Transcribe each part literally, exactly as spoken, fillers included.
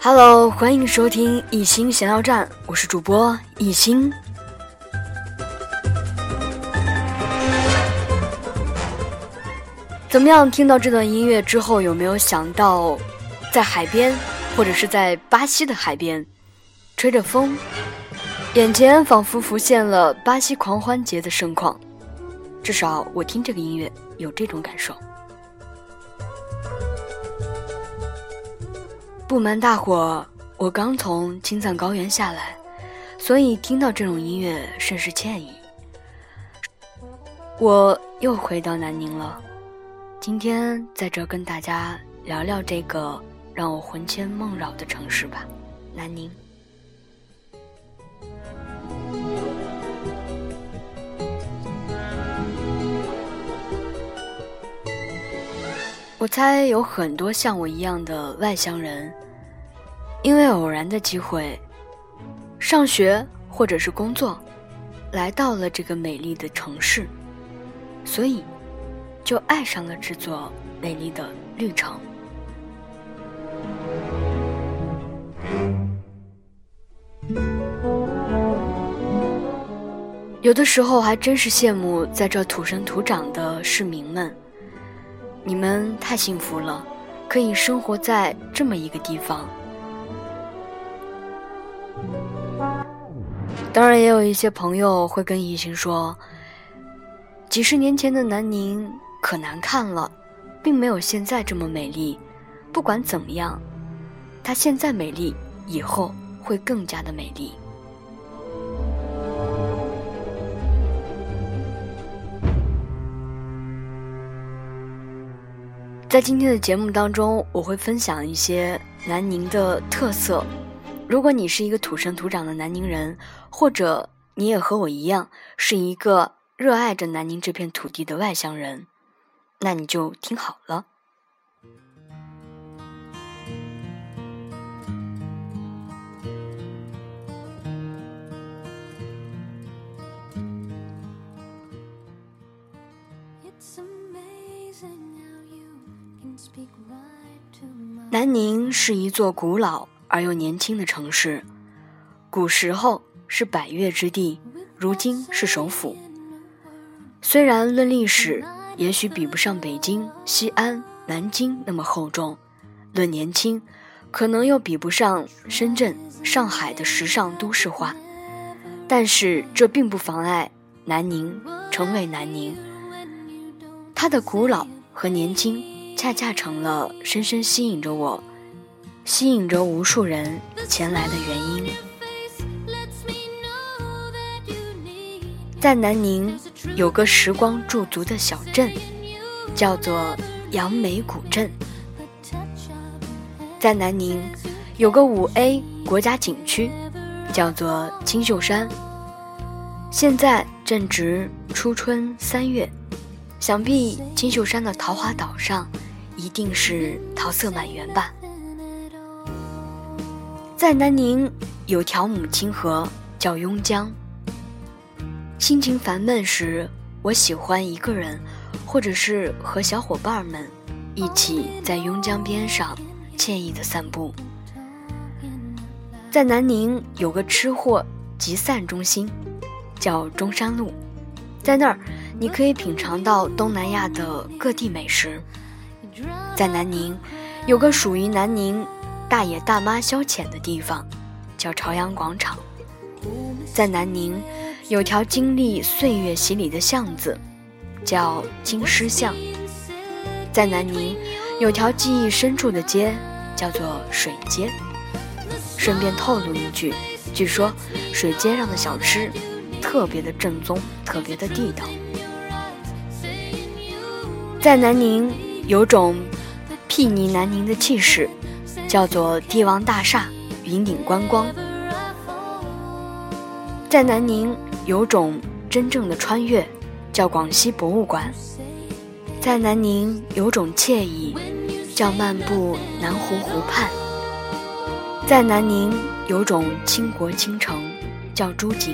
Hello， 欢迎收听一心闲聊站，我是主播一心。怎么样？听到这段音乐之后，有没有想到在海边，或者是在巴西的海边，吹着风，眼前仿佛浮现了巴西狂欢节的盛况？至少我听这个音乐有这种感受。不瞒大伙，我刚从青藏高原下来，所以听到这种音乐甚是歉意。我又回到南宁了，今天在这跟大家聊聊这个让我魂牵梦绕的城市吧，南宁。我猜有很多像我一样的外乡人，因为偶然的机会，上学或者是工作，来到了这个美丽的城市，所以就爱上了这座美丽的绿城。有的时候还真是羡慕在这土生土长的市民们，你们太幸福了，可以生活在这么一个地方。当然也有一些朋友会跟一心说，几十年前的南宁可难看了，并没有现在这么美丽。不管怎么样，它现在美丽，以后会更加的美丽。在今天的节目当中，我会分享一些南宁的特色。如果你是一个土生土长的南宁人，或者你也和我一样是一个热爱着南宁这片土地的外乡人，那你就听好了。南宁是一座古老而又年轻的城市，古时候是百越之地，如今是首府。虽然论历史也许比不上北京、西安、南京那么厚重，论年轻可能又比不上深圳、上海的时尚都市化，但是这并不妨碍南宁成为南宁。它的古老和年轻恰恰成了深深吸引着我，吸引着无数人前来的原因。在南宁有个时光驻足的小镇，叫做杨梅古镇。在南宁有个 五 A 国家景区，叫做金秀山。现在正值初春三月，想必金秀山的桃花岛上一定是桃色满园吧。在南宁有条母亲河叫邕江，心情烦闷时，我喜欢一个人或者是和小伙伴们一起在邕江边上惬意的散步。在南宁有个吃货集散中心，叫中山路，在那儿你可以品尝到东南亚的各地美食。在南宁有个属于南宁大爷大妈消遣的地方，叫朝阳广场。在南宁有条经历岁月洗礼的巷子，叫金狮巷。在南宁有条记忆深处的街，叫做水街。顺便透露一句，据说水街上的小吃特别的正宗，特别的地道。在南宁有种睥睨南宁的气势，叫做帝王大厦云顶观光。在南宁有种真正的穿越，叫广西博物馆。在南宁有种惬意，叫漫步南湖湖畔。在南宁有种倾国倾城，叫珠景。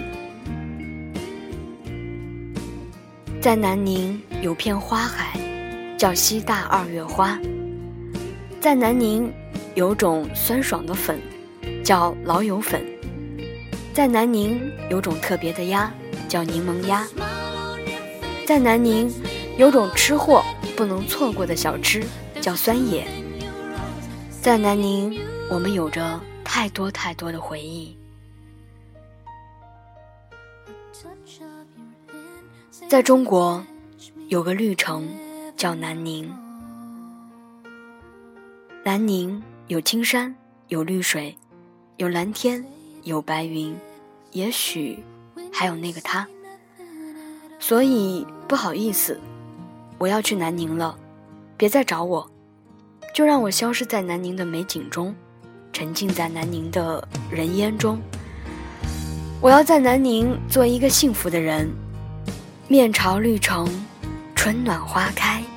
在南宁有片花海，叫西大二月花。在南宁有种酸爽的粉，叫老友粉。在南宁有种特别的鸭，叫柠檬鸭。在南宁有种吃货不能错过的小吃，叫酸野。在南宁，我们有着太多太多的回忆。在中国，有个绿城叫南宁。南宁有青山，有绿水，有蓝天，有白云，也许还有那个他。所以不好意思，我要去南宁了，别再找我，就让我消失在南宁的美景中，沉浸在南宁的人烟中。我要在南宁做一个幸福的人，面朝绿城，春暖花开。